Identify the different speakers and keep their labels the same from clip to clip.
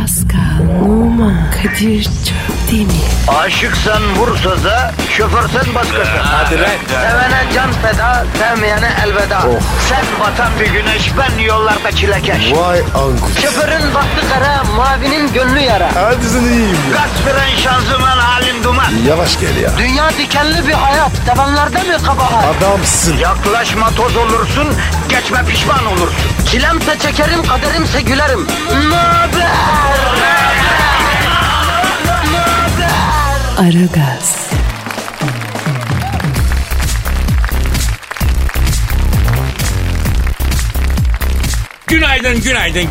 Speaker 1: Pascal, Oman, Kadir çok değil mi?
Speaker 2: Aşıksan vursa da, şoförsen başkasın.
Speaker 3: Hadi lan.
Speaker 2: Sevene can feda, sevmeyene elveda. Sen batan bir güneş, ben yollarda çilekeş.
Speaker 3: Vay anku.
Speaker 2: Şoförün baktı kara, mavinin gönlü yara.
Speaker 3: Hadi sen iyiyim ya.
Speaker 2: Kasperen şanzıman halin duman.
Speaker 3: Yavaş gel ya.
Speaker 2: Dünya dikenli bir hayat, sevenlerde mi kabahar?
Speaker 3: Adamsın.
Speaker 2: Yaklaşma toz olursun, geçme pişman olursun. Çilemse çekerim, kaderimse gülerim. Möber!
Speaker 1: Aragaz.
Speaker 4: Günaydın.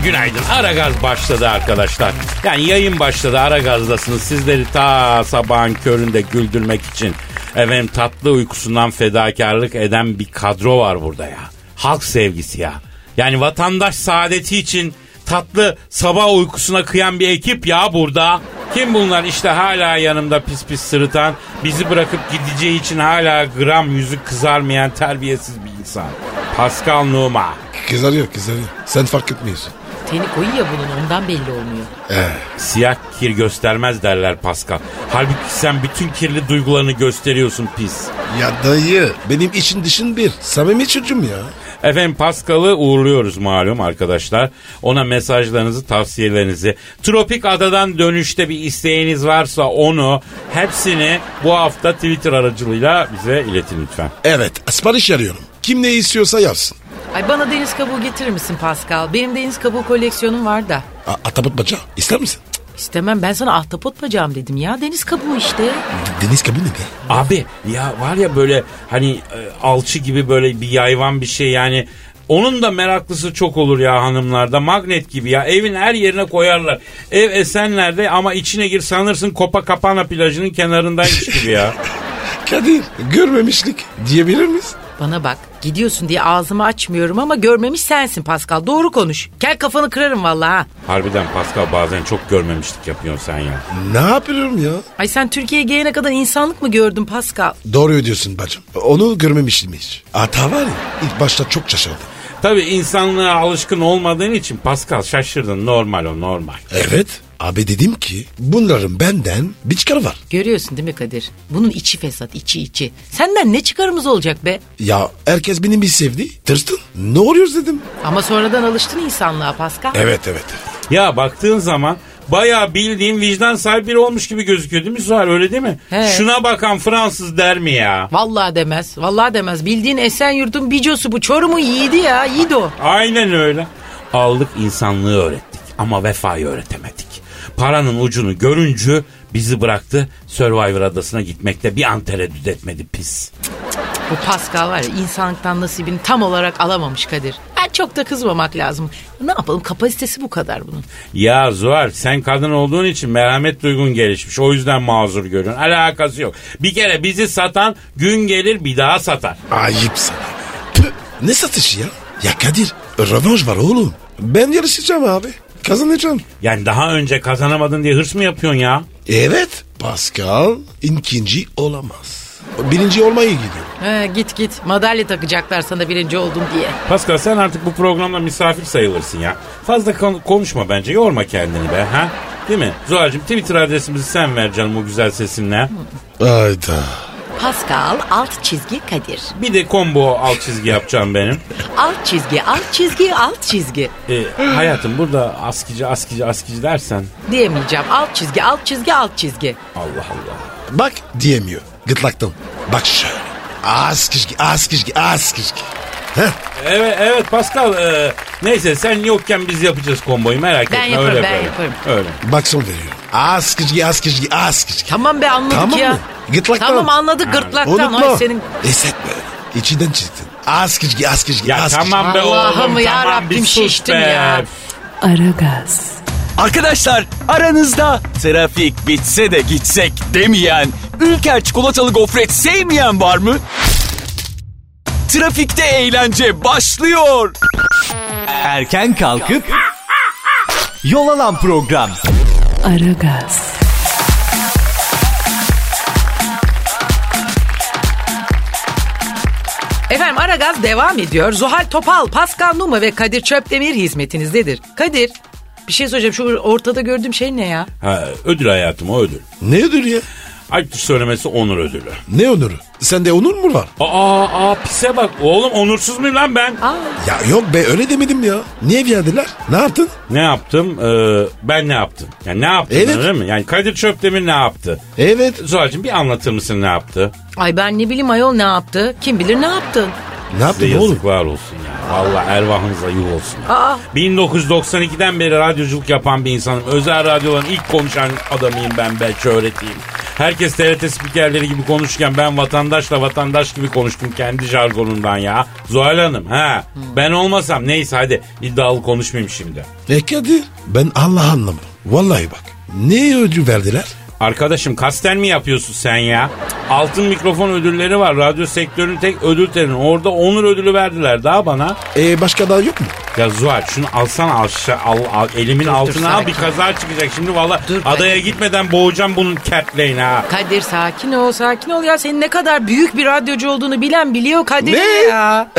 Speaker 4: Aragaz başladı arkadaşlar. Yani yayın başladı, Aragaz'dasınız. Sizleri ta sabahın köründe güldürmek için efendim tatlı uykusundan fedakarlık eden bir kadro var burada ya. Halk sevgisi ya. Yani vatandaş saadeti için tatlı sabah uykusuna kıyan bir ekip ya burada. Kim bunlar? İşte hala yanımda pis pis sırıtan, bizi bırakıp gideceği için hala gram yüzü kızarmayan terbiyesiz bir insan. Pascal Numa.
Speaker 3: Kızarıyor. Sen fark etmiyorsun.
Speaker 5: Teni koyu ya bunun, ondan belli olmuyor.
Speaker 4: Siyah kir göstermez derler Pascal. Halbuki sen bütün kirli duygularını gösteriyorsun pis.
Speaker 3: Ya dayı benim için dışın bir. Samimi çocuğum ya.
Speaker 4: Efendim Pascal'ı uğurluyoruz malum arkadaşlar. Ona mesajlarınızı, tavsiyelerinizi, tropik adadan dönüşte bir isteğiniz varsa onu, hepsini bu hafta Twitter aracılığıyla bize iletin lütfen.
Speaker 3: Evet, sipariş arıyorum. Kim ne istiyorsa yapsın.
Speaker 5: Ay bana deniz kabuğu getirir misin Pascal? Benim deniz kabuğu koleksiyonum var da.
Speaker 3: Atabut bacağı ister misin?
Speaker 5: İstemem, ben sana ahtapot bacağım dedim ya. Deniz kabuğu işte.
Speaker 3: Deniz kabuğu ne be?
Speaker 4: Abi ya var ya böyle hani alçı gibi böyle bir yayvan bir şey yani. Onun da meraklısı çok olur ya hanımlarda. Magnet gibi ya. Evin her yerine koyarlar. Ev Esenler'de ama içine gir sanırsın Copacabana plajının kenarındaymış gibi ya.
Speaker 3: Kadir görmemişlik diyebilir miyiz?
Speaker 5: Bana bak, gidiyorsun diye ağzımı açmıyorum ama görmemiş sensin Pascal. Doğru konuş. Kel kafanı kırarım vallahi ha.
Speaker 4: Harbiden Pascal bazen çok görmemişlik yapıyorsun sen ya.
Speaker 3: Ne yapıyorum ya?
Speaker 5: Ay sen Türkiye'ye gelene kadar insanlık mı gördün Pascal?
Speaker 3: Doğru diyorsun bacım. Onu görmemiştim hiç. Hata var ya, ilk başta çok şaşırdım.
Speaker 4: Tabii insanlığa alışkın olmadığın için Pascal şaşırdın. Normal o, normal.
Speaker 3: Evet. Abi dedim ki bunların benden bir çıkarı var.
Speaker 5: Görüyorsun değil mi Kadir? Bunun içi fesat, içi. Senden ne çıkarımız olacak be?
Speaker 3: Ya herkes beni bir sevdi. Tırstın. Ne oluyoruz dedim.
Speaker 5: Ama sonradan alıştın insanlığa Pascal.
Speaker 3: Evet.
Speaker 4: Ya baktığın zaman bayağı bildiğin vicdan sahibi biri olmuş gibi gözüküyor değil mi Zuhal, öyle değil mi?
Speaker 5: He.
Speaker 4: Şuna bakan Fransız der mi ya?
Speaker 5: Vallahi demez. Bildiğin Esenyurt'un bicosu bu. Çorum'un yiğidi ya, yiğidi o.
Speaker 4: Aynen öyle. Aldık insanlığı öğrettik ama vefayı öğretemedik. Paranın ucunu görünce bizi bıraktı, Survivor adasına gitmekte bir an tereddüt etmedi pis.
Speaker 5: Bu Pascal var ya, insanlıktan nasibini tam olarak alamamış Kadir. Çok da kızmamak lazım. Ne yapalım, kapasitesi bu kadar bunun.
Speaker 4: Ya Zuhal, sen kadın olduğun için merhamet duygun gelişmiş. O yüzden mazur görüyorsun. Alakası yok. Bir kere bizi satan gün gelir bir daha satar.
Speaker 3: Ayıp sana. Tüh, ne satışı ya? Ya Kadir, rövanş var oğlum. Ben yarışacağım abi. Kazanacağım.
Speaker 4: Yani daha önce kazanamadın diye hırs mı yapıyorsun ya?
Speaker 3: Evet. Pascal ikinci olamaz. Birinci olmayı gidiyor.
Speaker 5: Git. Madalya takacaklar sana birinci oldun diye.
Speaker 4: Pascal, sen artık bu programda misafir sayılırsın ya. Fazla konuşma bence. Yorma kendini be. Ha? Değil mi? Zuhal'cığım, Twitter adresimizi sen ver canım o güzel sesinle.
Speaker 3: Hayda.
Speaker 5: Pascal _Kadir.
Speaker 4: Bir de combo alt çizgi yapacağım benim.
Speaker 5: alt çizgi.
Speaker 4: Hayatım, burada askici dersen.
Speaker 5: Diyemeyeceğim. Alt çizgi.
Speaker 4: Allah Allah.
Speaker 3: Bak diyemiyor. Gırtlaktan. Bak şöyle. Askizgi.
Speaker 4: Evet Pascal. Neyse, sen yokken biz yapacağız komboyu, merak etme.
Speaker 5: Ben yaparım.
Speaker 4: Öyle.
Speaker 3: Bak son veriyorum. Askizgi.
Speaker 5: Tamam be, anladık
Speaker 3: tamam
Speaker 5: ya.
Speaker 3: Mı? Gırtlaktan.
Speaker 5: Tamam, anladık gırtlaktan.
Speaker 3: Unutma.
Speaker 5: Ay senin...
Speaker 3: Hissetme. İçinden çıktın. Askizgi.
Speaker 4: Ya tamam be oğlum.
Speaker 5: Allah'ım ya
Speaker 4: tamam,
Speaker 5: Rabbim,
Speaker 4: bir sus
Speaker 5: şiştim
Speaker 4: be.
Speaker 5: ya.
Speaker 1: Aragaz.
Speaker 6: Arkadaşlar, aranızda trafik bitse de gitsek demeyen, Ülker çikolatalı gofret sevmeyen var mı? Trafikte eğlence başlıyor. Erken kalkıp yol alan program.
Speaker 1: Aragaz.
Speaker 5: Efendim, Aragaz devam ediyor. Zuhal Topal, Pascal Numa ve Kadir Çöpdemir hizmetinizdedir. Kadir, Bir şey söyleyeceğim, şu ortada gördüğüm şey ne ya?
Speaker 4: Ha, ödül hayatım, o ödül.
Speaker 3: Ne ödül ya?
Speaker 4: Ayıptır söylemesi onur ödülü.
Speaker 3: Ne onuru? Sende onur mu var?
Speaker 4: Pise bak. Oğlum onursuz muyum lan ben?
Speaker 3: Ya yok be, öyle demedim ya. Niye verdiler? Ne yaptın?
Speaker 4: Ne yaptım? Ben ne yaptım? Yani ne yaptım,
Speaker 3: Evet.
Speaker 4: değil mi? Yani Kadir Çöpdemir ne yaptı?
Speaker 3: Evet.
Speaker 4: Zuhal'cığım bir anlatır mısın ne yaptı?
Speaker 5: Ay ben ne bileyim ayol, ne yaptı? Kim bilir ne yaptın?
Speaker 3: Ne
Speaker 4: Size
Speaker 3: yaptın oğlum?
Speaker 4: yazıklar olsun ya. Vallahi ervahınıza yuh olsun.
Speaker 5: Aa.
Speaker 4: 1992'den beri radyoculuk yapan bir insanım. Özel radyoların ilk konuşan adamıyım ben, belki öğreteyim. Herkes TRT spikerleri gibi konuşurken ben vatandaşla vatandaş gibi konuştum kendi jargonundan ya. Zuhal Hanım ben olmasam neyse, hadi iddialı konuşmayayım şimdi.
Speaker 3: Kadir, ben Allah anlamadım. Vallahi bak. Ne ödül verdiler?
Speaker 4: Arkadaşım kasten mi yapıyorsun sen ya? Altın mikrofon ödülleri var. Radyo sektörünün tek ödül terini. Orada onur ödülü verdiler daha bana.
Speaker 3: Başka daha yok mu?
Speaker 4: Ya Zuhal şunu alsana aşağı, al elimin altına al, bir
Speaker 5: sakin.
Speaker 4: kaza çıkacak şimdi valla.
Speaker 5: Dur,
Speaker 4: Adaya
Speaker 5: Kadir.
Speaker 4: gitmeden boğacağım bunun catlay'ini ha.
Speaker 5: Kadir sakin ol ya, senin ne kadar büyük bir radyocu olduğunu bilen biliyor Kadir
Speaker 3: Ne?
Speaker 5: ya.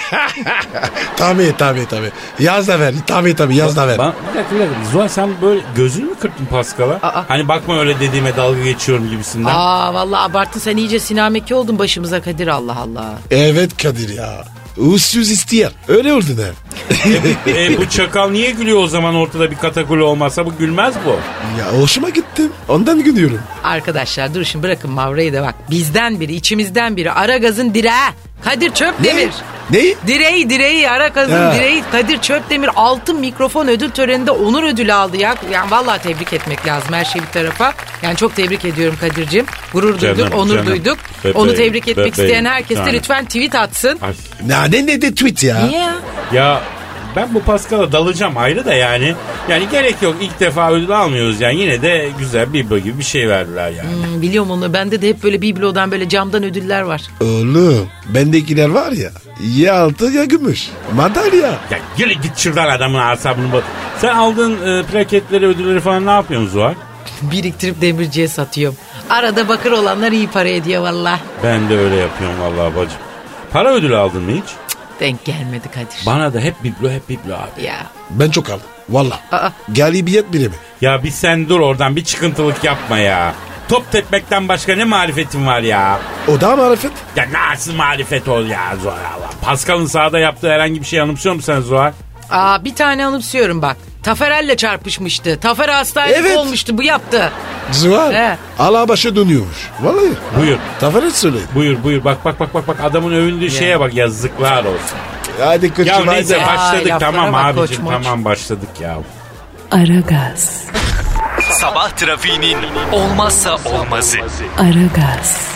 Speaker 3: Tabii. Yaz da ver. Tabii yaz da ver.
Speaker 4: Bir dakika. Zuhal sen böyle gözünü mü kırptın Pascal'a? Hani bakma öyle dediğime dalga geçiyorum gibisinden.
Speaker 5: Vallahi abarttın sen, iyice sinameki oldun başımıza Kadir, Allah Allah.
Speaker 3: Evet Kadir ya. Ussuz ihtiyar. Öyle oldu ne?
Speaker 4: Bu çakal niye gülüyor o zaman, ortada bir katakuli olmazsa bu gülmez bu.
Speaker 3: Ya hoşuma gittim. Ondan gülüyorum.
Speaker 5: Arkadaşlar dur şimdi, bırakın mavrayı da bak. Bizden biri, içimizden biri, Aragaz'ın direği Kadir Çöpdemir.
Speaker 3: Ne?
Speaker 5: Direği Aragaz'ın
Speaker 3: Ha.
Speaker 5: direği Kadir Çöpdemir altın mikrofon ödül töreninde onur ödülü aldı ya. Yani vallahi tebrik etmek lazım, her şey bir tarafa. Yani çok tebrik ediyorum Kadir'cim. Gurur duyduk,
Speaker 4: Canım,
Speaker 5: onur
Speaker 4: canım.
Speaker 5: duyduk.
Speaker 4: Bebeğim,
Speaker 5: Onu tebrik etmek
Speaker 4: bebeğim.
Speaker 5: isteyen herkes de
Speaker 4: Yani.
Speaker 5: lütfen tweet atsın.
Speaker 4: Ay.
Speaker 3: Ne tweet ya?
Speaker 5: Niye ya?
Speaker 4: Ya ben bu Pascal'a dalacağım ayrı da yani. Yani gerek yok, ilk defa ödül almıyoruz yani, yine de güzel biblo gibi bir şey verdiler yani.
Speaker 5: Biliyorum onu, bende de hep böyle biblodan böyle camdan ödüller var.
Speaker 3: Oğlum bendekiler var ya. Ya altın ya gümüş. Madalya.
Speaker 4: Ya yürü git şuradan, adamın asabını bak. Sen aldığın plaketleri, ödülleri falan ne yapıyorsun Zuhal?
Speaker 5: Biriktirip demirciye satıyorum. Arada bakır olanlar iyi para ediyor valla.
Speaker 4: Ben de öyle yapıyorum vallahi bacım. Para ödülü aldın mı hiç?
Speaker 5: Denk gelmedi Kadir.
Speaker 4: Bana da hep biblo abi.
Speaker 5: Ya.
Speaker 3: Ben çok aldım. Valla.
Speaker 5: Aa.
Speaker 3: Galibiyet bile mi?
Speaker 4: Ya bir sen dur oradan, bir çıkıntılık yapma ya. Top tepmekten başka ne marifetin var ya?
Speaker 3: O da marifet.
Speaker 4: Ya nasıl marifet ol ya Zuhal Allah. Pascal'ın sahada yaptığı herhangi bir şey anımsıyor musun sen Zuhal?
Speaker 5: Bir tane anımsıyorum bak. Taferel'le çarpışmıştı. Tafer hastanelik
Speaker 3: Evet.
Speaker 5: olmuştu, bu yaptı.
Speaker 3: Zuhal.
Speaker 5: He.
Speaker 3: Allah başı dönüyormuş. Vallahi.
Speaker 4: Buyur.
Speaker 3: Tafaret söyle.
Speaker 4: Buyur. Bak adamın övündüğü şeye bak, yazıklar olsun.
Speaker 3: Hadi koçum
Speaker 4: Ya neyse
Speaker 3: hadi.
Speaker 4: başladık,
Speaker 5: laflara
Speaker 4: tamam
Speaker 5: bak,
Speaker 4: abicim,
Speaker 5: koç moç.
Speaker 4: tamam başladık ya.
Speaker 1: Aragaz,
Speaker 6: Sabah trafiğinin olmazsa olmazı.
Speaker 1: Aragaz,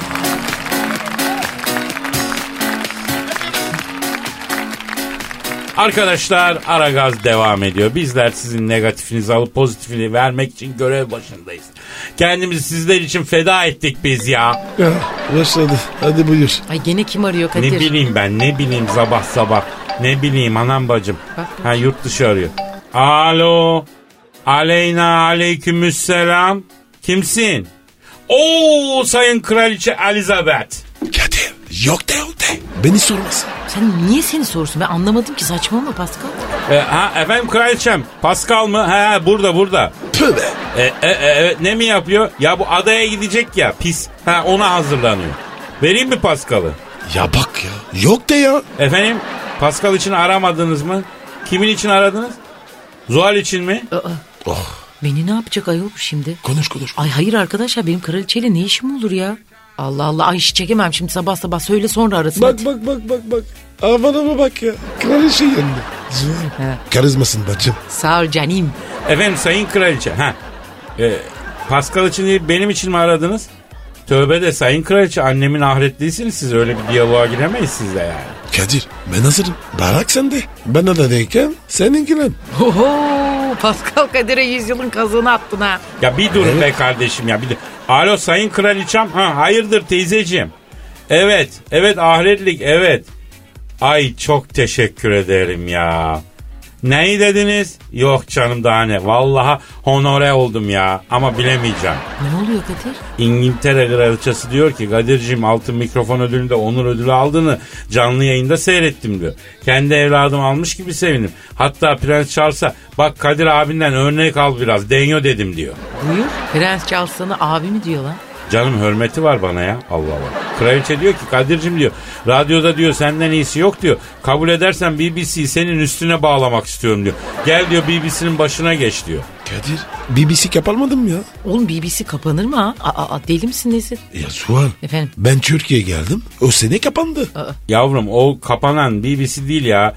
Speaker 4: Arkadaşlar Aragaz devam ediyor. Bizler sizin negatifinizi alıp pozitifini vermek için görev başındayız. Kendimizi sizler için feda ettik biz ya.
Speaker 3: Ya, başladı. Hadi buyur.
Speaker 5: Ay gene kim arıyor Kadir?
Speaker 4: Ne bileyim sabah. Ne bileyim anam bacım.
Speaker 5: Bak.
Speaker 4: Yurt dışı arıyor. Alo. Aleyna aleykümselam. Kimsin? Oo, Sayın Kraliçe Elizabeth.
Speaker 3: Kadir. Yok de. Beni sormasın.
Speaker 5: Sen niye seni sorsun? Ben anlamadım ki, saçmalama Pascal.
Speaker 4: Efendim kraliçem. Pascal mı? Burada.
Speaker 3: Tövbe.
Speaker 4: Evet, ne mi yapıyor? Ya bu adaya gidecek ya, pis. Ona hazırlanıyor. Vereyim mi Pascal'ı?
Speaker 3: Ya bak ya. Yok de ya.
Speaker 4: Efendim Pascal için aramadınız mı? Kimin için aradınız? Zuhal için mi?
Speaker 3: Oh.
Speaker 5: Beni ne yapacak ayol bu şimdi?
Speaker 3: Konuş.
Speaker 5: Ay hayır arkadaşlar, benim kraliçeyle ne işim olur ya? Allah Allah, ay hiç çekemem şimdi, sabah söyle sonra arasın.
Speaker 3: Bak
Speaker 5: hadi.
Speaker 3: bak. Havana bak ya. Kraliçe yanında. Zuhal.
Speaker 5: He.
Speaker 3: Karizmasın bacım.
Speaker 5: Sağ ol canim.
Speaker 4: Efendim sayın kraliçe. Pascal için değil, benim için mi aradınız? Tövbe de sayın kraliçe, annemin ahretliysiniz siz, öyle bir diyaloğa giremeyiz sizle yani.
Speaker 3: Kadir ben hazırım. Barak sende. Ben adadayken seninkiler.
Speaker 5: Oho, Pascal Kadir'e 100 yılın kazığını attın ha.
Speaker 4: Ya bir durun be kardeşim ya. Alo sayın kraliçem. Hayırdır teyzeciğim? Evet ahretlik evet. Ay çok teşekkür ederim ya. Neyi dediniz? Yok canım daha ne. Vallahi honore oldum ya. Ama bilemeyeceğim.
Speaker 5: Ne oluyor Kadir?
Speaker 4: İngiltere kraliçesi diyor ki Kadir'cim altın mikrofon ödülünde onur ödülü aldığını canlı yayında seyrettim diyor. Kendi evladım almış gibi sevindim. Hatta Prens Charles'a bak Kadir abinden örnek al biraz denyo dedim diyor.
Speaker 5: Buyur. Prens Charles sana abi mi diyor lan?
Speaker 4: Canım hürmeti var bana ya. Allah Allah. Kraliçe diyor ki Kadir'cim diyor radyoda diyor senden iyisi yok diyor. Kabul edersen BBC'yi senin üstüne bağlamak istiyorum diyor. Gel diyor BBC'nin başına geç diyor.
Speaker 3: Kadir BBC kapanmadım ya.
Speaker 5: Oğlum BBC kapanır mı ha? Deli misin nesin?
Speaker 3: Ya Sual.
Speaker 5: Efendim?
Speaker 3: Ben Türkiye'ye geldim. O sene kapandı.
Speaker 4: Yavrum o kapanan BBC değil ya.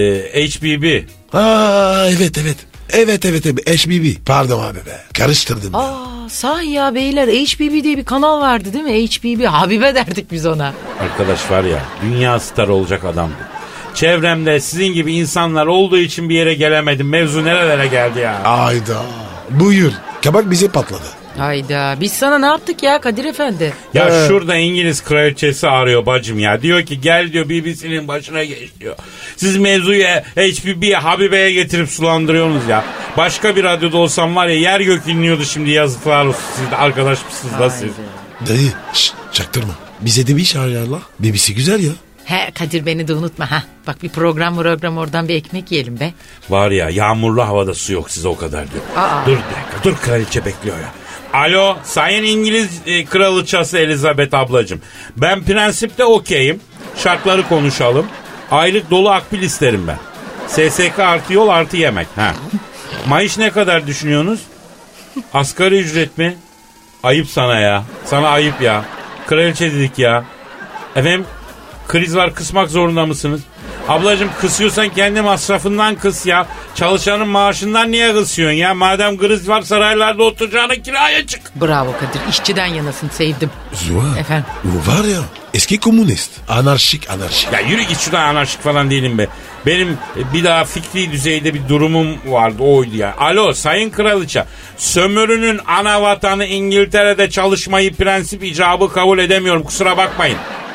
Speaker 4: HBB.
Speaker 3: Evet. Evet HBB. Pardon abi be. Karıştırdım.
Speaker 5: Sahi ya beyler HBB diye bir kanal vardı değil mi? HBB. Habibe derdik biz ona.
Speaker 4: Arkadaş var ya dünya starı olacak adamdı. Çevremde sizin gibi insanlar olduğu için bir yere gelemedim. Mevzu nerelere geldi ya?
Speaker 3: Ayda. Buyur. Kabak bize patladı.
Speaker 5: Hayda biz sana ne yaptık ya Kadir Efendi?
Speaker 4: Ya şurada İngiliz kraliçesi arıyor bacım ya. Diyor ki gel diyor BBC'nin başına geç diyor. Siz mevzuyu HBB'ye Habibe'ye getirip sulandırıyorsunuz ya. Başka bir radyoda olsam var ya yer gök inliyordu şimdi yazıklar olsun. Siz de arkadaş mısınız da siz?
Speaker 3: Dayı çaktırma. Bize de bir iş ayarla. BBC güzel ya.
Speaker 5: He Kadir beni de unutma ha. Bak bir program oradan bir ekmek yiyelim be.
Speaker 4: Var ya yağmurlu havada su yok size o kadar diyor. Dur bir dakika dur kraliçe bekliyor ya. Alo sayın İngiliz kraliçesi Elizabeth ablacığım. Ben prensipte okeyim. Şartları konuşalım. Aylık dolu akbil isterim ben. SSK artı yol artı yemek. Ha. Maaş ne kadar düşünüyorsunuz? Asgari ücret mi? Ayıp sana ya. Sana ayıp ya. Kraliçe dedik ya. Efendim kriz var kısmak zorunda mısınız? Ablacığım kısıyorsan kendi masrafından kıs ya. Çalışanın maaşından niye kısıyorsun ya? Madem kriz var saraylarda oturacağına kiraya çık.
Speaker 5: Bravo Kadir işçiden yanasın sevdim.
Speaker 3: Zuhal.
Speaker 5: Efendim?
Speaker 3: O var ya eski komünist. Anarşik.
Speaker 4: Ya yürü git şuradan anarşik falan değilim be. Benim bir daha fikri düzeyde bir durumum vardı oydu ya. Alo sayın kraliçe. Sömürünün ana vatanı İngiltere'de çalışmayı prensip icabı kabul edemiyorum kusura bakmayın.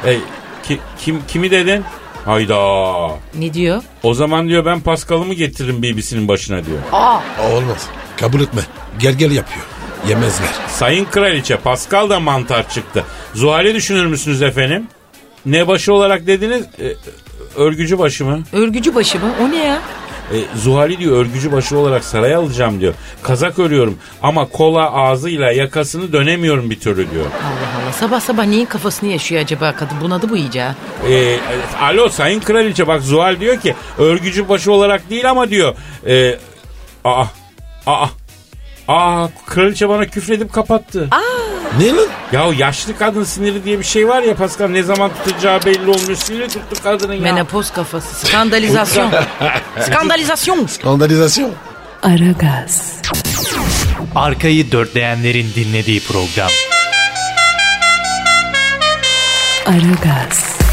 Speaker 4: Kimi dedin? Hayda.
Speaker 5: Ne diyor?
Speaker 4: O zaman diyor ben Pascal'ımı getiririm BBC'nin başına diyor.
Speaker 3: Olmaz. Kabul etme. Gel yapıyor. Yemezler.
Speaker 4: Sayın kraliçe Pascal da mantar çıktı. Zuhal'i düşünür müsünüz efendim? Ne başı olarak dediniz? Örgücü başı mı?
Speaker 5: Örgücü başı mı? O ne ya?
Speaker 4: Zuhal'i diyor örgücü başı olarak saraya alacağım diyor. Kazak örüyorum ama kola ağzıyla yakasını dönemiyorum bir türlü diyor.
Speaker 5: Allah Allah sabah neyin kafasını yaşıyor acaba kadın bunadı bu iyice.
Speaker 4: Alo sayın kraliçe bak Zuhal diyor ki örgücü başı olarak değil ama diyor. Kraliçe bana küfredip kapattı.
Speaker 3: Ne lan?
Speaker 4: Ya yaşlı kadın siniri diye bir şey var ya Pascal ne zaman tutacağı belli olmuyor. Siniri tuttu kadının ya.
Speaker 5: Menopoz kafası. Skandalizasyon.
Speaker 3: Skandalizasyon.
Speaker 1: Aragaz.
Speaker 6: Arkayı dörtleyenlerin dinlediği program.
Speaker 1: Aragaz.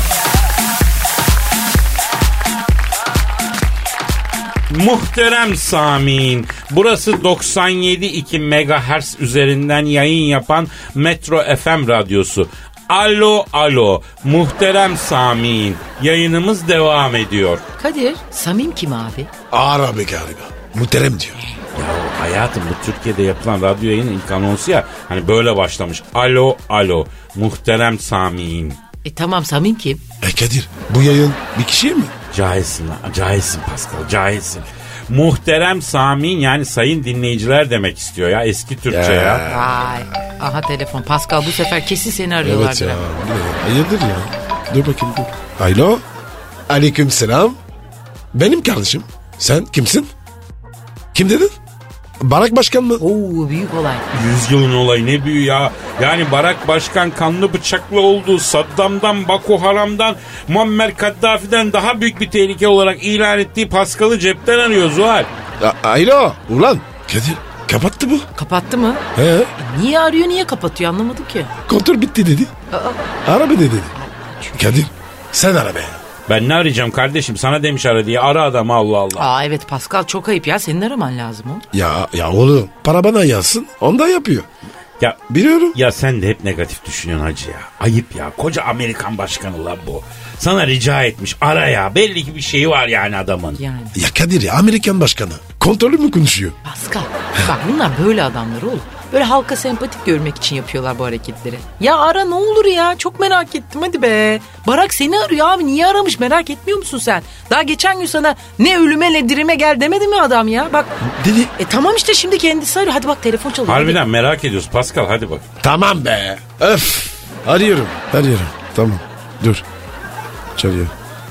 Speaker 4: Muhterem Sami'in burası 97.2 MHz üzerinden yayın yapan Metro FM radyosu. Alo muhterem Sami'in yayınımız devam ediyor.
Speaker 5: Kadir Samim kim abi?
Speaker 3: Arabi galiba. Muhterem diyor.
Speaker 4: Ya hayatım bu Türkiye'de yapılan radyo yayının ilk anonsu ya hani böyle başlamış. Alo muhterem Sami'in.
Speaker 5: Tamam Samim kim?
Speaker 3: Kadir bu yayın bir kişiye mi?
Speaker 4: Cahilsin Pascal cahilsin. Muhterem Sami'in yani sayın dinleyiciler demek istiyor ya eski Türkçe ya.
Speaker 5: Vay. Aha telefon. Pascal bu sefer kesin seni arıyorlar.
Speaker 3: Evet ya. Hayırdır ya. Dur bakayım dur. Alo. Aleyküm selam. Benim kardeşim. Sen kimsin? Kim dedin? Barak Başkan mı?
Speaker 5: Oo büyük olay.
Speaker 4: 100 yılın olayı ne büyüğü ya. Yani Barak Başkan kanlı bıçaklı olduğu Saddam'dan, Boko Haram'dan, Muammer Kaddafi'den daha büyük bir tehlike olarak ilan ettiği Pascal'ı cepten arıyor Zuhal.
Speaker 3: Alo. Ulan. Kadir kapattı bu.
Speaker 5: Kapattı mı?
Speaker 3: He.
Speaker 5: Niye arıyor niye kapatıyor anlamadım ki.
Speaker 3: Kontrol bitti dedi. Ara beni dedi. Kadir sen ara be.
Speaker 4: Ben ne arayacağım kardeşim sana demiş ara diye ara adamı Allah Allah.
Speaker 5: Evet Pascal çok ayıp ya senin araman lazım o.
Speaker 3: Ya oğlum para bana yazsın ondan yapıyor.
Speaker 4: Ya
Speaker 3: Biliyorum.
Speaker 4: Ya sen de hep negatif düşünüyorsun hacı ya. Ayıp ya. Koca Amerikan başkanı la bu. Sana rica etmiş. Ara ya. Belli ki bir şeyi var yani adamın.
Speaker 5: Yani.
Speaker 3: Ya Kadir ya, Amerikan başkanı. Kontrollü mü konuşuyor?
Speaker 5: Pascal bak bunlar böyle adamlar oğlum. Böyle halka sempatik görmek için yapıyorlar bu hareketleri. Ya ara ne olur ya, çok merak ettim hadi be. Barak seni arıyor abi, niye aramış merak etmiyor musun sen? Daha geçen gün sana ne ölüme ne dirime gel demedi mi adam ya? Bak.
Speaker 3: Dedi.
Speaker 5: Tamam işte şimdi kendisi arıyor, hadi bak telefon çalıyor.
Speaker 4: Harbiden merak ediyoruz Pascal, hadi bak.
Speaker 3: Tamam be. Öf. Arıyorum. Tamam. Dur. Çalıyor.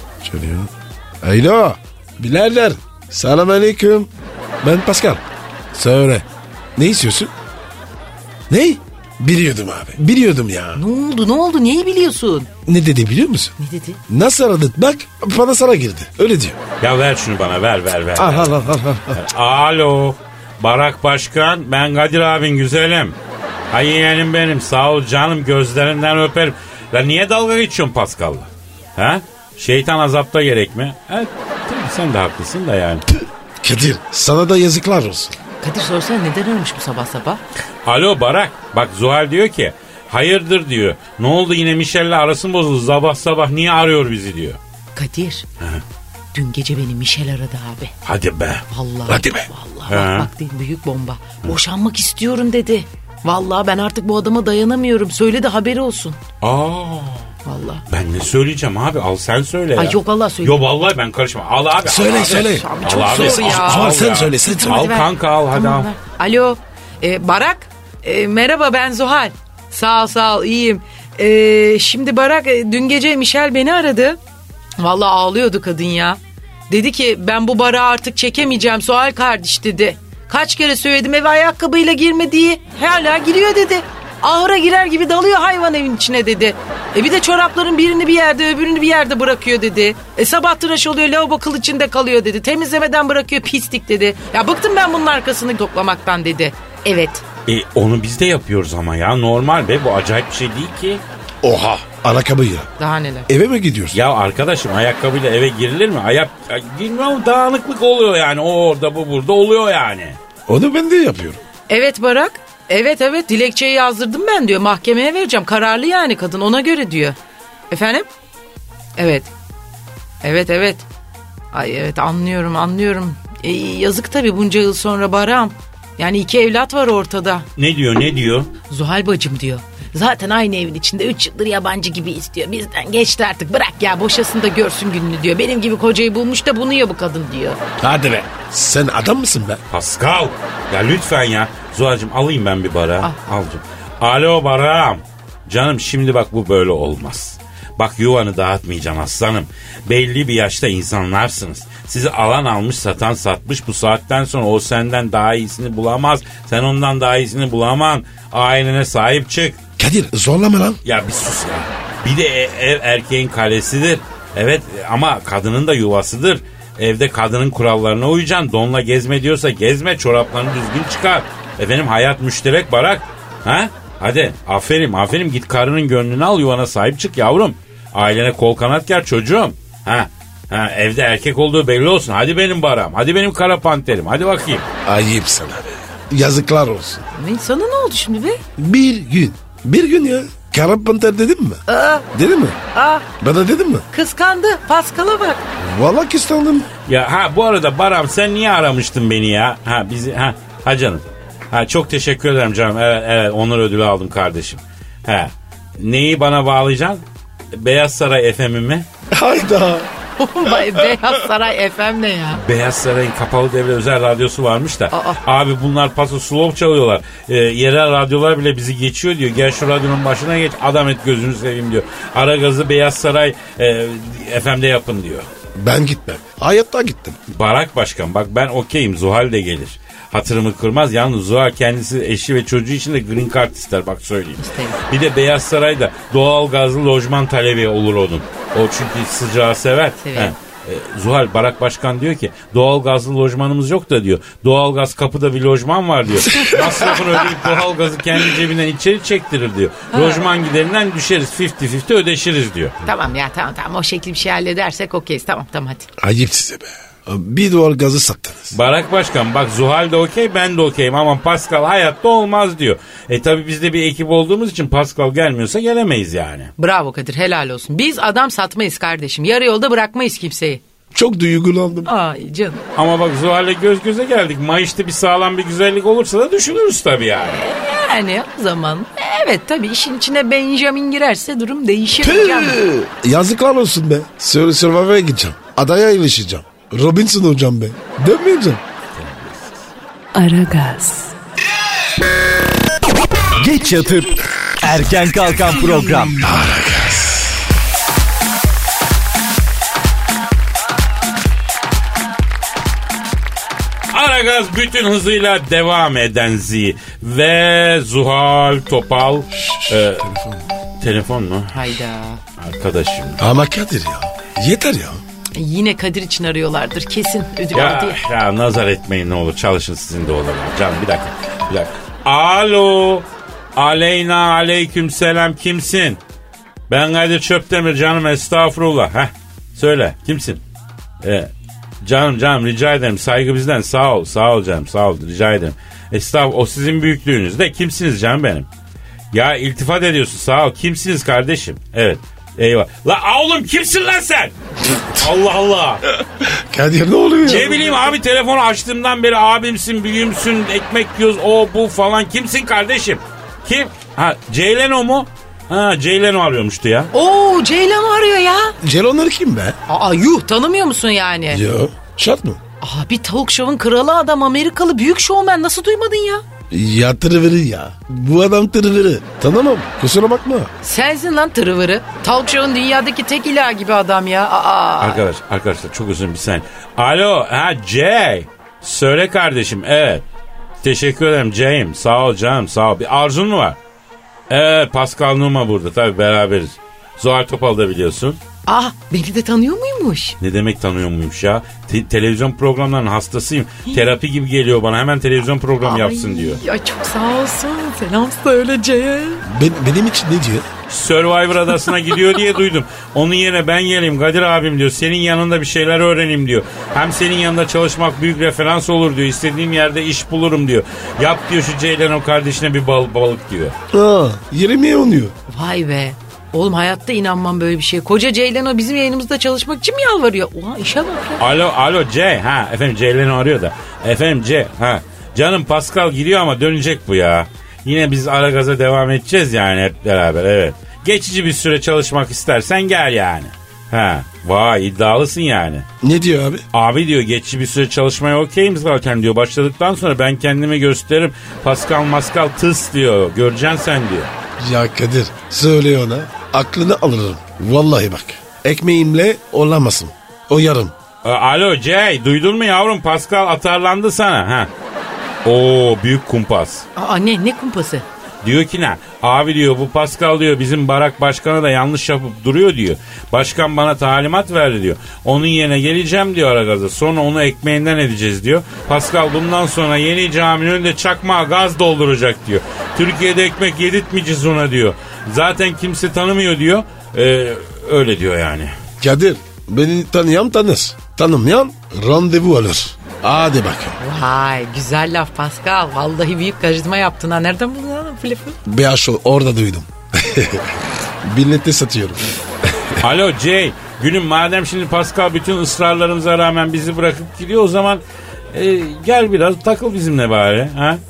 Speaker 3: Alo. Bilader. Selamünaleyküm. Ben Pascal. Söyle. Ne istiyorsun? Ne? Biliyordum abi. Biliyordum ya.
Speaker 5: Ne oldu neyi biliyorsun?
Speaker 3: Ne dedi biliyor musun?
Speaker 5: Ne dedi?
Speaker 3: Nasıl aradık? Bak bana sana girdi. Öyle diyor.
Speaker 4: Ya ver şunu bana, ver.
Speaker 3: Al.
Speaker 4: Alo. Barak Başkan, ben Kadir abin güzelim. Ay yeğenim benim, sağ ol canım, gözlerinden öperim. La niye dalga geçiyorsun Pascal'la? Ha? Şeytan azapta gerek mi? Evet, tabii sen de haklısın da yani.
Speaker 3: Kadir sana da yazıklar olsun.
Speaker 5: Kadir sorsana neden aramış bu sabah sabah?
Speaker 4: Alo Barak, bak Zuhal diyor ki hayırdır diyor. Ne oldu yine Michel'le arasın bozuldu, sabah niye arıyor bizi diyor.
Speaker 5: Kadir. Dün gece beni Michel aradı abi.
Speaker 4: Hadi be.
Speaker 5: Vallahi.
Speaker 3: Hadi be.
Speaker 5: Vallahi bak değil, büyük bomba. Boşanmak istiyorum dedi. Vallahi ben artık bu adama dayanamıyorum. Söyle de haberi olsun. Vallahi.
Speaker 4: Ben ne söyleyeceğim abi, al sen söyle ya.
Speaker 5: Ay yok Allah söyle.
Speaker 4: Yok vallahi ben karışmam. Al abi.
Speaker 3: Söyle.
Speaker 5: Abi çok
Speaker 4: Al abi.
Speaker 5: zor ya.
Speaker 3: Al sen söyle.
Speaker 4: Al kanka al hadi
Speaker 5: Tamam,
Speaker 4: al.
Speaker 5: ver. Alo. Barak. Merhaba ben Zuhal. Sağ ol iyiyim. Şimdi Barak dün gece Michel beni aradı. Vallahi ağlıyordu kadın ya. Dedi ki ben bu Barak'ı artık çekemeyeceğim Zuhal kardeş dedi. Kaç kere söyledim eve ayakkabıyla girme diye. Hala giriyor dedi. Ahıra girer gibi dalıyor hayvan evin içine dedi. Bir de çorapların birini bir yerde öbürünü bir yerde bırakıyor dedi. Sabah tıraş oluyor lavabo kıl içinde kalıyor dedi. Temizlemeden bırakıyor pislik dedi. Ya bıktım ben bunun arkasını toplamaktan dedi. Evet.
Speaker 4: Onu biz de yapıyoruz ama ya, normal be, bu acayip bir şey değil ki.
Speaker 3: Oha. Ayakkabıyla.
Speaker 5: Daha neler.
Speaker 3: Eve mi gidiyorsun?
Speaker 4: Ya arkadaşım ayakkabıyla eve girilir mi? Girmem, dağınıklık oluyor yani, o orada bu burada oluyor yani.
Speaker 3: Onu ben de yapıyorum.
Speaker 5: Evet Barak. Evet dilekçeyi yazdırdım ben diyor. Mahkemeye vereceğim. Kararlı yani kadın ona göre diyor. Efendim? Evet. Ay evet anlıyorum. Yazık tabii bunca yıl sonra Barak'ım. Yani 2 evlat var ortada.
Speaker 4: Ne diyor?
Speaker 5: Zuhal bacım diyor. Zaten aynı evin içinde 3 yıldır yabancı gibi istiyor. Bizden geçti artık, bırak ya boşasın da görsün gününü diyor. Benim gibi kocayı bulmuş da bunu ya bu kadın diyor.
Speaker 3: Hadi be. Sen adam mısın be?
Speaker 4: Pascal. Ya lütfen ya. Zuhal'cığım alayım ben bir Barak'ı.
Speaker 5: Al.
Speaker 4: Alacağım. Alo Barak'ım. Canım şimdi bak bu böyle olmaz. Bak yuvanı dağıtmayacağım aslanım. Belli bir yaşta insanlarsınız. Sizi alan almış, satan satmış. Bu saatten sonra o senden daha iyisini bulamaz. Sen ondan daha iyisini bulamam. Ailene sahip çık.
Speaker 3: Kadir zorlama lan.
Speaker 4: Ya bir sus ya. Bir de ev erkeğin kalesidir. Evet ama kadının da yuvasıdır. Evde kadının kurallarına uyacaksın. Donla gezme diyorsa gezme. Çoraplarını düzgün çıkar. Efendim hayat müşterek Barak. Ha? Hadi aferin git karının gönlünü al, yuvana sahip çık yavrum. Ailene kol kanat ger çocuğum. Ha evde erkek olduğu belli olsun. Hadi benim Barak'ım. Hadi benim kara panterim. Hadi bakayım.
Speaker 3: Ayıp sana be. Yazıklar olsun.
Speaker 5: Ne, sana ne oldu şimdi be?
Speaker 3: Bir gün ya. Kara panter dedim mi? Dedim mi? Bana dedim mi?
Speaker 5: Kıskandı. Pascal'a bak.
Speaker 3: Vallahi kıskandım.
Speaker 4: Ya bu arada Barak'ım sen niye aramıştın beni ya? Ha canım. Çok teşekkür ederim canım. Evet onur ödülü aldım kardeşim. Neyi bana bağlayacaksın? Beyaz Saray FM'i mi?
Speaker 3: Hayda.
Speaker 5: Beyaz Saray FM ne ya?
Speaker 4: Beyaz Saray'ın kapalı devre özel radyosu varmış da. Abi bunlar paso slow çalıyorlar. Yerel radyolar bile bizi geçiyor diyor. Gel şu radyonun başına geç, adam et gözünü seveyim diyor. Aragaz'ı Beyaz Saray FM'de yapın diyor.
Speaker 3: Ben gitmem. Hayatta gittim.
Speaker 4: Barak Başkan bak ben okeyim, Zuhal de gelir. Hatırımı kırmaz. Yalnız Zuhal kendisi, eşi ve çocuğu için de green card ister, bak söyleyeyim. Bir de Beyaz Saray'da doğal gazlı lojman talebi olur onun. O çünkü sıcağı sever. Zuhal, Barak Başkan diyor ki doğal gazlı lojmanımız yok da diyor. Doğal gaz kapıda bir lojman var diyor. Masrafını ödeyip doğal gazı kendi cebinden içeri çektirir diyor. Lojman giderinden düşeriz, 50-50 ödeşiriz diyor.
Speaker 5: Tamam ya tamam o şekilde bir şey halledersek okeyiz, tamam hadi.
Speaker 3: Ayıp size be. Bir doğal gazı sattınız.
Speaker 4: Barak Başkan bak Zuhal de okey ben de okeyim ama Pascal hayatta olmaz diyor. Tabi biz de bir ekip olduğumuz için Pascal gelmiyorsa gelemeyiz yani.
Speaker 5: Bravo Kadir, helal olsun. Biz adam satmayız kardeşim. Yarı yolda bırakmayız kimseyi.
Speaker 3: Çok duygulandım.
Speaker 5: Ay canım.
Speaker 4: Ama bak Zuhal'le göz göze geldik. Mayış'ta bir sağlam bir güzellik olursa da düşünürüz tabii yani.
Speaker 5: Yani o zaman evet tabii işin içine Benjamin girerse durum değişir. Canım.
Speaker 3: Yazıklar olsun be. Survivor'a gideceğim. Adaya ilişeceğim. Robinson hocam be. Dönmeyeceğim.
Speaker 1: Aragaz,
Speaker 6: Geç yatıp erken kalkan program.
Speaker 4: Aragaz bütün hızıyla devam eden ve Zuhal Topal telefon mu?
Speaker 5: Hayda.
Speaker 4: Arkadaşım.
Speaker 3: Ama Kadir ya. Yeter ya.
Speaker 5: Yine Kadir için arıyorlardır kesin ödül
Speaker 4: Ya,
Speaker 5: aldı ya.
Speaker 4: ya nazar etmeyin ne olur çalışın sizin de olur. Canım bir dakika. Alo. Aleyna aleyküm selam kimsin? Ben Kadir Çöptemir canım estağfurullah. Söyle kimsin? Canım rica ederim saygı bizden sağ ol canım sağ ol rica ederim. Estağfurullah o sizin büyüklüğünüz de kimsiniz canım benim? Ya iltifat ediyorsun sağ ol kimsiniz kardeşim? Evet eyvah. La oğlum kimsin lan sen? Allah Allah.
Speaker 3: Kadir ne oluyor ya?
Speaker 4: Ne bileyim abi telefonu açtığımdan beri abimsin büyüğümsün ekmek yiyoruz o bu falan kimsin kardeşim? Kim? Ceyleno mu? Ceyleno arıyormuştu ya.
Speaker 5: Oo Ceylan arıyor ya.
Speaker 3: Celonları kim be?
Speaker 5: Yuh tanımıyor musun yani?
Speaker 3: Yo. Şart mı?
Speaker 5: Bir talk show'un kralı adam Amerikalı büyük şovmen nasıl duymadın ya?
Speaker 3: Ya tırıvırı ya. Bu adam tırıvırı. Tanımam. Kusura bakma.
Speaker 5: Sensin lan tırıvırı. Talk show'un dünyadaki tek ilah gibi adam ya.
Speaker 4: Arkadaşlar çok uzun bir saniye. Alo Jay. Söyle kardeşim evet. Teşekkür ederim Jay'im. Sağ ol canım sağ ol. Bir arzun mu var? Evet Pascal Numa burada tabii beraberiz. Zuhal Topal da biliyorsun.
Speaker 5: Beni de tanıyor muymuş?
Speaker 4: Ne demek tanıyor muymuş ya? Televizyon programlarının hastasıyım. Terapi gibi geliyor bana hemen televizyon programı yapsın diyor.
Speaker 5: Ya çok sağ olsun. Selam söyleyeceğim.
Speaker 3: Benim için ne diyor?
Speaker 4: Survivor adasına gidiyor diye duydum. Onun yerine ben geleyim Kadir abim diyor. Senin yanında bir şeyler öğreneyim diyor. Hem senin yanında çalışmak büyük referans olur diyor. İstediğim yerde iş bulurum diyor. Yap diyor şu Ceylan o kardeşine bir balık diyor.
Speaker 3: Yerim oynuyor.
Speaker 5: Vay be. Oğlum hayatta inanmam böyle bir şeye. Koca Ceylan bizim yayınımızda çalışmak için mi yalvarıyor? Oha işe bak ya.
Speaker 4: Alo Jay. Efendim Ceylan'ı arıyor da. Efendim Jay. Canım Pascal gidiyor ama dönecek bu ya. Yine biz Aragaz'a devam edeceğiz yani hep beraber evet. Geçici bir süre çalışmak istersen gel yani. Vay iddialısın yani.
Speaker 3: Ne diyor abi?
Speaker 4: Abi diyor geçici bir süre çalışmaya okeyim zaten diyor. Başladıktan sonra ben kendimi gösteririm. Pascal tıs diyor. Göreceksin sen diyor.
Speaker 3: Ya Kadir söyle ona. Aklını alırım. Vallahi bak. Ekmeğimle olamazsın. O yarım.
Speaker 4: Alo Jay duydun mu yavrum Pascal atarlandı sana. Oo büyük kumpas.
Speaker 5: Ne kumpası?
Speaker 4: Diyor ki ne? Abi diyor bu Pascal diyor bizim Barak Başkan'a da yanlış yapıp duruyor diyor. Başkan bana talimat verdi diyor. Onun yerine geleceğim diyor Aragaz'a. Sonra onu ekmeğinden edeceğiz diyor. Pascal bundan sonra yeni caminin önünde çakmağa gaz dolduracak diyor. Türkiye'de ekmek yedirtmeyeceğiz ona diyor. Zaten kimse tanımıyor diyor. Öyle diyor yani.
Speaker 3: Kadir beni tanıyan tanır. Tanımayan randevu alır. Hadi bakayım.
Speaker 5: Vay güzel laf Pascal. Vallahi büyük karizma yaptın ha. Nereden buldun lan bu lafı?
Speaker 3: BH orada duydum. Billette satıyorum.
Speaker 4: Alo Jay. Gülüm madem şimdi Pascal bütün ısrarlarımıza rağmen bizi bırakıp gidiyor o zaman gel biraz takıl bizimle bari.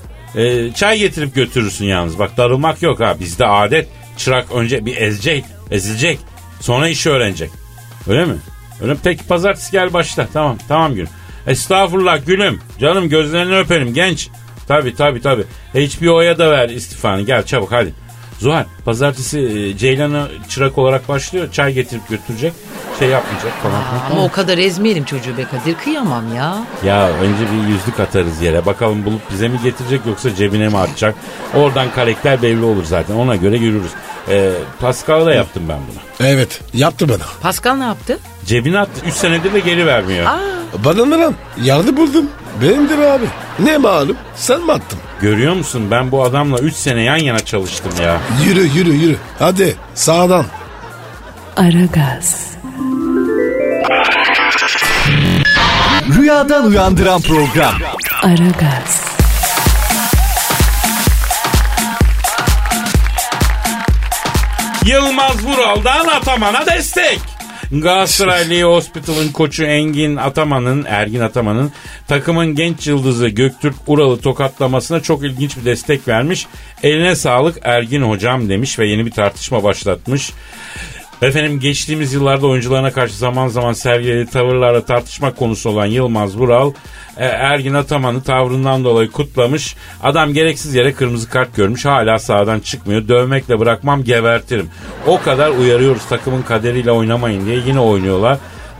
Speaker 4: Çay getirip götürürsün yalnız. Bak darılmak yok ha. Bizde adet çırak önce bir ezilecek. Sonra işi öğrenecek. Öyle mi? Öyle mi? Peki pazartesi gel başla. Tamam gülüm. Estağfurullah gülüm. Canım gözlerini öperim genç. Tabii. HBO'ya da ver istifanı. Gel çabuk hadi. Zuhal pazartesi Ceylan'ı çırak olarak başlıyor. Çay getirip götürecek. Şey yapmayacak falan.
Speaker 5: Ama o kadar ezmeyelim çocuğu be Kadir. Kıyamam ya.
Speaker 4: Ya önce bir yüzlük atarız yere. Bakalım bulup bize mi getirecek yoksa cebine mi atacak? Oradan karakter belli olur zaten. Ona göre yürürüz. Pascal'a da yaptım ben bunu.
Speaker 3: Evet yaptı bana.
Speaker 5: Pascal ne yaptı?
Speaker 4: Cebine attı. 3 senedir de geri vermiyor.
Speaker 3: Bana ne lan? Yardım buldum. Benimdir abi. Ne malum? Sen mi attın?
Speaker 4: Görüyor musun? Ben bu adamla 3 sene yan yana çalıştım ya.
Speaker 3: Yürü. Hadi sağdan.
Speaker 1: Aragaz,
Speaker 6: Rüyadan uyandıran program.
Speaker 1: Aragaz,
Speaker 4: Yılmaz Vural'dan Ataman'a destek. Galatasaray Leo Hospital'ın koçu Ergin Ataman'ın takımın genç yıldızı Göktürk Ural'ı tokatlamasına çok ilginç bir destek vermiş. Eline sağlık Ergin hocam demiş ve yeni bir tartışma başlatmış. Efendim geçtiğimiz yıllarda oyuncularına karşı zaman zaman sergilediği tavırlarla tartışma konusu olan Yılmaz Vural, Ergin Ataman'ı tavrından dolayı kutlamış. Adam gereksiz yere kırmızı kart görmüş, hala sahadan çıkmıyor. Dövmekle bırakmam, gebertirim. O kadar uyarıyoruz takımın kaderiyle oynamayın diye, yine oynuyorlar.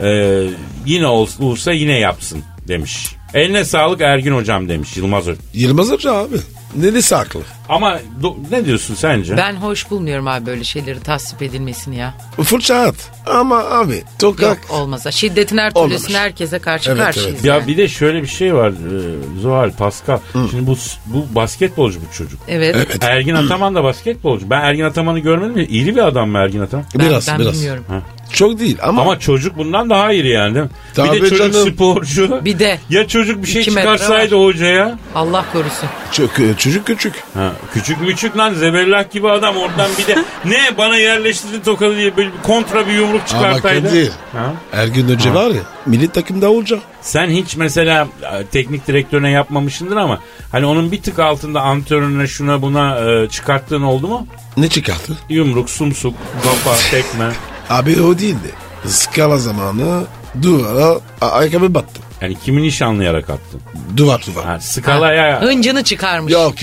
Speaker 4: Yine olursa yine yapsın demiş. Eline sağlık Ergin hocam demiş Yılmaz Hoca.
Speaker 3: Yılmaz Hoca abi. Neresi haklı?
Speaker 4: Ama ne diyorsun sence?
Speaker 5: Ben hoş bulmuyorum abi böyle şeyleri tasvip edilmesini ya.
Speaker 3: Fırça at. Ama abi tokak.
Speaker 5: Yok olmaz. Şiddetin her türlüsüne herkese karşı karşıyız.
Speaker 3: Evet.
Speaker 4: Ya bir de şöyle bir şey var Zuhal, Pascal. Şimdi bu basketbolcu bu çocuk.
Speaker 5: Evet.
Speaker 4: Ergin Ataman da basketbolcu. Ben Ergin Ataman'ı görmedim ya. İri bir adam mı Ergin Ataman?
Speaker 5: Ben bilmiyorum.
Speaker 4: Ha.
Speaker 3: Çok değil ama
Speaker 4: çocuk bundan daha iri yani değil mi?
Speaker 3: Tabii
Speaker 4: bir de çocuk
Speaker 3: canım.
Speaker 4: sporcu.
Speaker 5: Bir de.
Speaker 4: Ya çocuk bir şey
Speaker 5: 2 metre
Speaker 4: çıkarsaydı hocaya.
Speaker 5: Allah korusun.
Speaker 3: çocuk küçük.
Speaker 4: Ha, küçük müçük lan, zebellak gibi adam, oradan bir de ne bana yerleştirdi tokadı diye böyle kontra bir yumruk çıkartaydı.
Speaker 3: Ama Kadir,
Speaker 4: Ha?
Speaker 3: Ergin Hoca var ya, milli takımda olacak.
Speaker 4: Sen hiç mesela teknik direktörüne yapmamışsındır ama hani onun bir tık altında antrenörüne şuna buna çıkarttığın oldu mu?
Speaker 3: Ne çıkarttı?
Speaker 4: Yumruk, sumsuk, kafa, tekme.
Speaker 3: Abi o değildi. Skala zamanı duvara ayakkabı battı.
Speaker 4: Yani kimi nişanlayarak attın?
Speaker 3: Duvar.
Speaker 4: Ha, skalaya...
Speaker 5: Hıncını çıkarmış.
Speaker 3: Yok.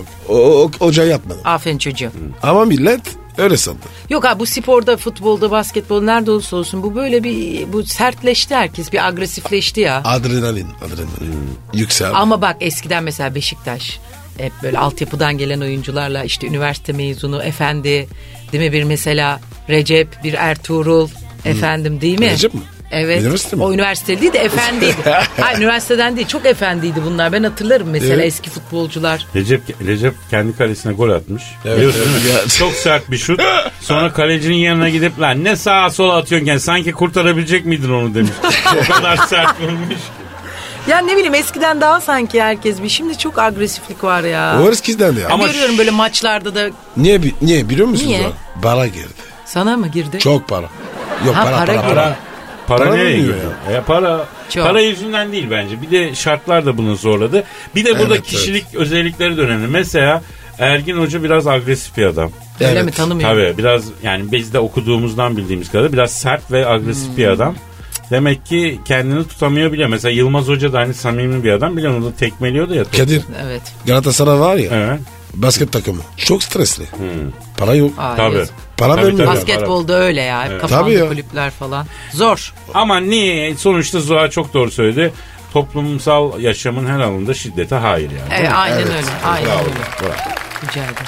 Speaker 3: O hoca yapmadı.
Speaker 5: Aferin çocuğum.
Speaker 3: Ama millet öyle sandı.
Speaker 5: Yok abi bu sporda, futbolda, basketbol nerede olursa olsun bu böyle bu sertleşti herkes. Bir agresifleşti ya.
Speaker 3: Adrenalin. Yüksel.
Speaker 5: Ama bak eskiden mesela Beşiktaş hep böyle altyapıdan gelen oyuncularla işte üniversite mezunu efendi değil mi, bir mesela Recep, bir Ertuğrul efendim değil mi?
Speaker 3: Recep mi?
Speaker 5: Evet.
Speaker 3: Üniversite mi?
Speaker 5: O üniversite değil de efendiydi. Hayır üniversiteden değil, çok efendiydi bunlar. Ben hatırlarım mesela
Speaker 3: Evet.
Speaker 5: eski futbolcular.
Speaker 4: Recep kendi kalesine gol atmış.
Speaker 3: Evet,
Speaker 4: Biliyorsun değil mi?
Speaker 3: evet.
Speaker 4: Çok sert bir şut. Sonra kalecinin yanına gidip lan ne sağa sola atıyorsun, sanki kurtarabilecek miydin onu demiş. O kadar sert vurmuş.
Speaker 5: Ya ne bileyim eskiden daha sanki herkes bir, şimdi çok agresiflik var ya.
Speaker 3: O eskiden ya.
Speaker 4: Ama
Speaker 5: görüyorum böyle maçlarda da.
Speaker 3: Niye biliyor musunuz?
Speaker 5: Niye?
Speaker 3: Lan? Bara girdi.
Speaker 5: Sana mı girdi?
Speaker 3: Çok para. Yok
Speaker 5: Ha, para
Speaker 3: para.
Speaker 4: Para
Speaker 3: Para
Speaker 4: nereye
Speaker 3: mı
Speaker 4: gidiyor? Para
Speaker 5: Çok.
Speaker 4: para yüzünden değil bence. Bir de şartlar da bunu zorladı. Bir de burada
Speaker 3: Evet,
Speaker 4: kişilik özellikleri de önemli. Mesela Ergin Hoca biraz agresif bir adam.
Speaker 5: Öyle
Speaker 3: Evet.
Speaker 5: mi, tanımıyorum.
Speaker 4: Tabii biraz, yani biz de okuduğumuzdan bildiğimiz kadar biraz sert ve agresif bir adam. Demek ki kendini tutamayabiliyor. Mesela Yılmaz Hoca da hani samimi bir adam. Biliyorsun o da tekmeliyordu ya.
Speaker 3: Kadir,
Speaker 5: Evet.
Speaker 3: Galatasaray var ya,
Speaker 4: Evet.
Speaker 3: basket takımı. Çok stresli. Para yok.
Speaker 5: Aa,
Speaker 4: Tabii.
Speaker 5: yazık.
Speaker 3: Para
Speaker 4: Tabii,
Speaker 3: vermiyor.
Speaker 4: tabii.
Speaker 5: Basketbolda öyle ya. Hep
Speaker 3: Tabii
Speaker 5: kapandı
Speaker 3: ya.
Speaker 5: kulüpler falan. Zor.
Speaker 4: Ama niye? Sonuçta Zuhal çok doğru söyledi. Toplumsal yaşamın her alanında şiddete hayır yani.
Speaker 5: Evet, aynen
Speaker 3: Evet.
Speaker 5: öyle. Aynen
Speaker 4: Bravo,
Speaker 5: öyle.
Speaker 4: bravo.
Speaker 5: Rica ederim.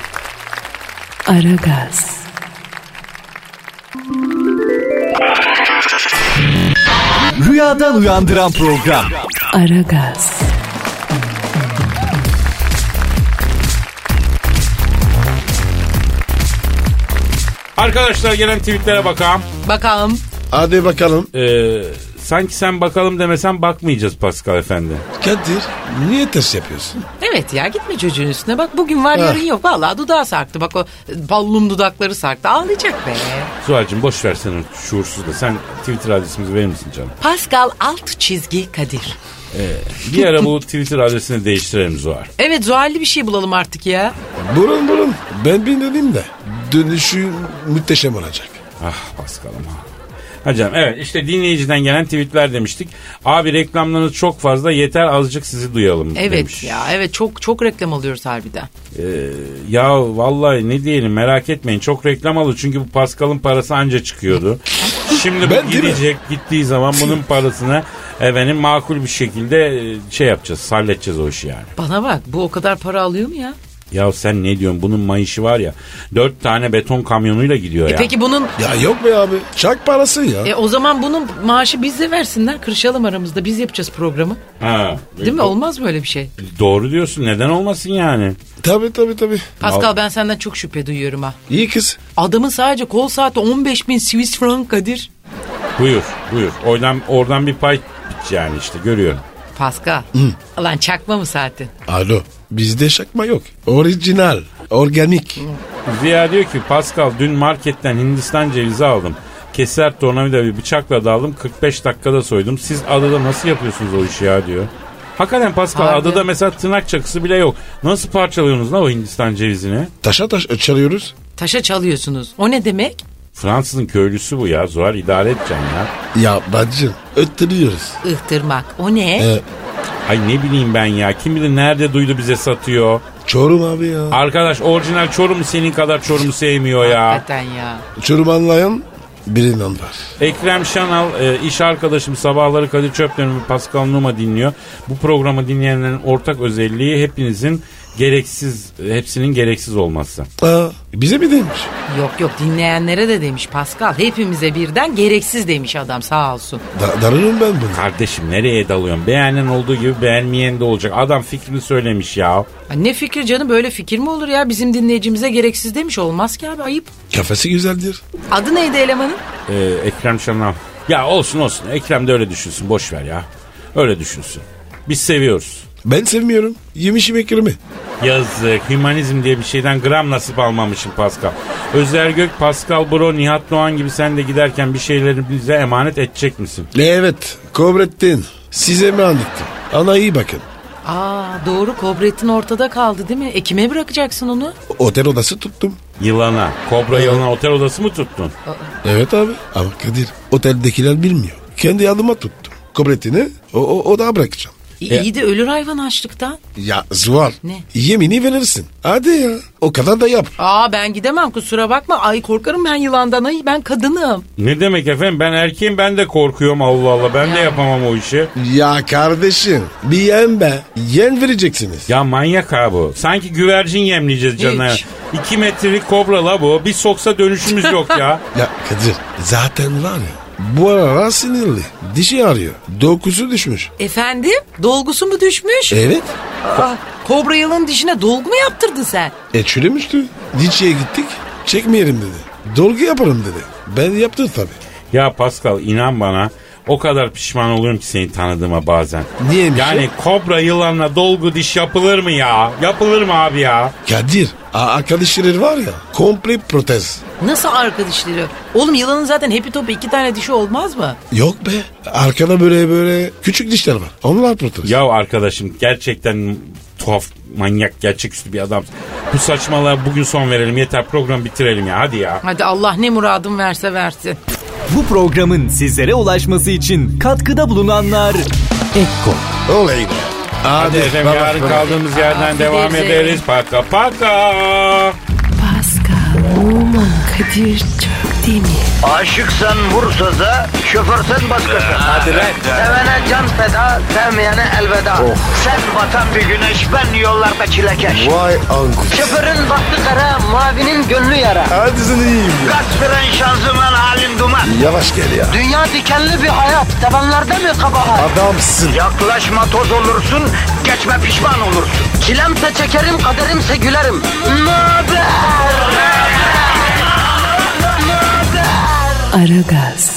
Speaker 1: Aragaz,
Speaker 6: Rüyadan uyandıran program.
Speaker 1: Aragaz,
Speaker 4: Arkadaşlar gelen tweetlere bakalım.
Speaker 5: Bakalım.
Speaker 3: Hadi bakalım.
Speaker 4: Sanki sen bakalım demesen bakmayacağız Pascal Efendi.
Speaker 3: Kadir, niye ters yapıyorsun?
Speaker 5: Evet ya, gitme çocuğun üstüne. Bak bugün var yarın yok. Vallahi dudağı sarktı. Bak o ballum dudakları sarktı. Ağlayacak be.
Speaker 4: Zuhal'cığım boş versene şuursuz da. Sen Twitter adresimizi verir misin canım?
Speaker 5: Pascal _Kadir.
Speaker 4: Bir ara bu Twitter adresini değiştirelim Zuhal.
Speaker 5: Evet, Zuhal'li bir şey bulalım artık ya.
Speaker 3: Burun. Ben bilmedim de. Dönüşü muhteşem olacak.
Speaker 4: Ah Pascal'ım ha. Ha canım, evet işte dinleyiciden gelen tweetler demiştik. Abi reklamlarınız çok fazla, yeter azıcık sizi duyalım
Speaker 5: Evet
Speaker 4: demiş.
Speaker 5: ya, evet çok reklam alıyoruz harbiden.
Speaker 4: Ya vallahi ne diyelim, merak etmeyin, çok reklam alır çünkü bu Pascal'ın parası anca çıkıyordu. Şimdi
Speaker 3: Ben
Speaker 4: bu
Speaker 3: değil mi?
Speaker 4: gittiği zaman bunun parasını efendim makul bir şekilde şey yapacağız, halledeceğiz o işi yani.
Speaker 5: Bana bak, bu o kadar para alıyor mu ya?
Speaker 4: Ya sen ne diyorsun, bunun mayışı var ya 4 tane beton kamyonuyla gidiyor ya.
Speaker 5: Peki bunun
Speaker 3: Ya yok be abi. Çak parası ya.
Speaker 5: o zaman bunun maaşı bize versinler, kırışalım aramızda, biz yapacağız programı.
Speaker 4: Ha,
Speaker 5: Değil mi? Olmaz mı öyle bir şey?
Speaker 4: Doğru diyorsun, neden olmasın yani.
Speaker 3: Tabii.
Speaker 5: Pascal, ben senden çok şüphe duyuyorum ha.
Speaker 3: İyi kız.
Speaker 5: Adamın sadece kol saati 15.000 Swiss franc Kadir.
Speaker 4: Buyur. Oradan bir pay piç yani işte görüyorum.
Speaker 5: Pascal. Lan çakma mı saatin?
Speaker 3: Alo bizde şakma yok. Orijinal. Organik.
Speaker 4: Ziya diyor ki Pascal dün marketten Hindistan cevizi aldım. Keser tornavida bir bıçakla daldım 45 dakikada soydum. Siz adada nasıl yapıyorsunuz o işi ya diyor. Hakikaten Pascal
Speaker 5: Abi.
Speaker 4: adada mesela tırnak çakısı bile yok. Nasıl parçalıyorsunuz lan o Hindistan cevizini?
Speaker 3: Taşa taş çalıyoruz.
Speaker 5: Taşa çalıyorsunuz. O ne demek?
Speaker 4: Fransızın köylüsü bu ya. Zuhal idare edeceksin ya.
Speaker 3: Ya bacım öttürüyoruz.
Speaker 5: Ihtırmak. O ne?
Speaker 4: Ay ne bileyim ben ya. Kim bilir nerede duydu bize satıyor.
Speaker 3: Çorum abi ya.
Speaker 4: Arkadaş orijinal Çorum'u senin kadar Çorum'u sevmiyor ya.
Speaker 5: Hakikaten ya.
Speaker 3: Çorum anlayan birinden var.
Speaker 4: Ekrem Şanal iş arkadaşım sabahları Kadir Çöpler'in ve Pascal Numa dinliyor. Bu programı dinleyenlerin ortak özelliği hepsinin gereksiz olması.
Speaker 3: Bize mi demiş?
Speaker 5: Yok dinleyenlere de demiş Pascal. Hepimize birden gereksiz demiş adam sağ olsun.
Speaker 3: Darılırım ben bunu.
Speaker 4: Kardeşim nereye dalıyorsun? Beğenen olduğu gibi beğenmeyen de olacak. Adam fikrini söylemiş ya.
Speaker 5: Ne fikir canım, böyle fikir mi olur ya? Bizim dinleyicimize gereksiz demiş, olmaz ki abi, ayıp.
Speaker 3: Kafası güzeldir.
Speaker 5: Adı neydi elemanın?
Speaker 4: Ekrem Şanal. Ya olsun. Ekrem de öyle düşünsün. Boş ver ya. Öyle düşünsün. Biz seviyoruz.
Speaker 3: Ben sevmiyorum. Yemişim Ekrem'i.
Speaker 4: Yazık. Hümanizm diye bir şeyden gram nasip almamışım Pascal. Özer Gök, Pascal Bro, Nihat Doğan gibi sen de giderken bir şeyleri bize emanet edecek misin?
Speaker 3: Evet. Kobrettin. Size mi anlattım? Ana iyi bakın.
Speaker 5: Doğru, Kobrettin ortada kaldı değil mi? Kime bırakacaksın onu?
Speaker 3: Otel odası tuttum.
Speaker 4: Yılana. Kobra yılana otel odası mı tuttun?
Speaker 3: Evet abi. Ama Kadir oteldekiler bilmiyor. Kendi adıma tuttum. Kobrettin'i o da bırakacağım.
Speaker 5: İyi de ölür hayvan açlıktan.
Speaker 3: Ya Zuhal.
Speaker 5: Ne?
Speaker 3: Yemini verirsin. Hadi ya. O kadar da yap.
Speaker 5: Ben gidemem, kusura bakma. Ay korkarım ben yılandan. Ay ben kadınım.
Speaker 4: Ne demek efendim? Ben erkeğim, ben de korkuyorum, Allah Allah. Ben de yapamam o işi.
Speaker 3: Ya kardeşim bir yem be. Yem vereceksiniz.
Speaker 4: Ya manyak ha bu. Sanki güvercin yemleyeceğiz canına.
Speaker 5: Hiç.
Speaker 4: 2 metrelik kobra la bu. Bir soksa dönüşümüz yok ya.
Speaker 3: Ya Kadir zaten var ya. Bu aralar sinirli. Dişi arıyor. Dokusu düşmüş.
Speaker 5: Efendim? Dolgusu mu düşmüş?
Speaker 3: Evet.
Speaker 5: Kobra yılanın dişine dolgu mu yaptırdın sen?
Speaker 3: Çürümüştü. Dişiye gittik. Çekmeyelim dedi. Dolgu yaparım dedi. Ben yaptım tabii.
Speaker 4: Ya Pascal inan bana, o kadar pişman oluyorum ki seni tanıdığıma bazen.
Speaker 3: Niyeymiş
Speaker 4: Yani
Speaker 3: ya?
Speaker 4: kobra yılanla dolgu diş yapılır mı ya? Yapılır mı abi ya?
Speaker 3: Kadir arkadaşları var ya komple protez.
Speaker 5: Nasıl arka dişleri? Oğlum yılanın zaten hepi topu 2 tane dişi olmaz mı?
Speaker 3: Yok be. Arkada böyle küçük dişler var. Onlar protez.
Speaker 4: Ya arkadaşım gerçekten tuhaf, manyak, gerçeküstü bir adam. Bu saçmalığa bugün son verelim, yeter, programı bitirelim ya, hadi ya.
Speaker 5: Hadi Allah ne muradın verse versin.
Speaker 6: Bu programın sizlere ulaşması için katkıda bulunanlar Ekko,
Speaker 3: Oley be.
Speaker 4: Hadi efendim, yarın kaldığımız yerden
Speaker 5: Afiyet
Speaker 4: devam
Speaker 5: olsun.
Speaker 4: ederiz. Paka.
Speaker 1: Pascal, Oman, Kadir çok değil mi?
Speaker 2: Aşıksan vursa da, şoförsen başkasın. Hadi
Speaker 6: lan.
Speaker 2: Sevene can feda, sevmeyene elveda. Sen batan bir güneş, ben yollarda çilekeş.
Speaker 3: Vay anku.
Speaker 2: Şoförün baktı kara, mavinin gönlü yara.
Speaker 3: Hadi sen iyiyim ya.
Speaker 2: Kasperen şanzıman halin duman.
Speaker 3: Yavaş gel ya.
Speaker 2: Dünya dikenli bir hayat, sevenlerde mi kabahar?
Speaker 3: Adamsın.
Speaker 2: Yaklaşma toz olursun, geçme pişman olursun. Çilemse çekerim, kaderimse gülerim. Möber!
Speaker 1: Aragaz.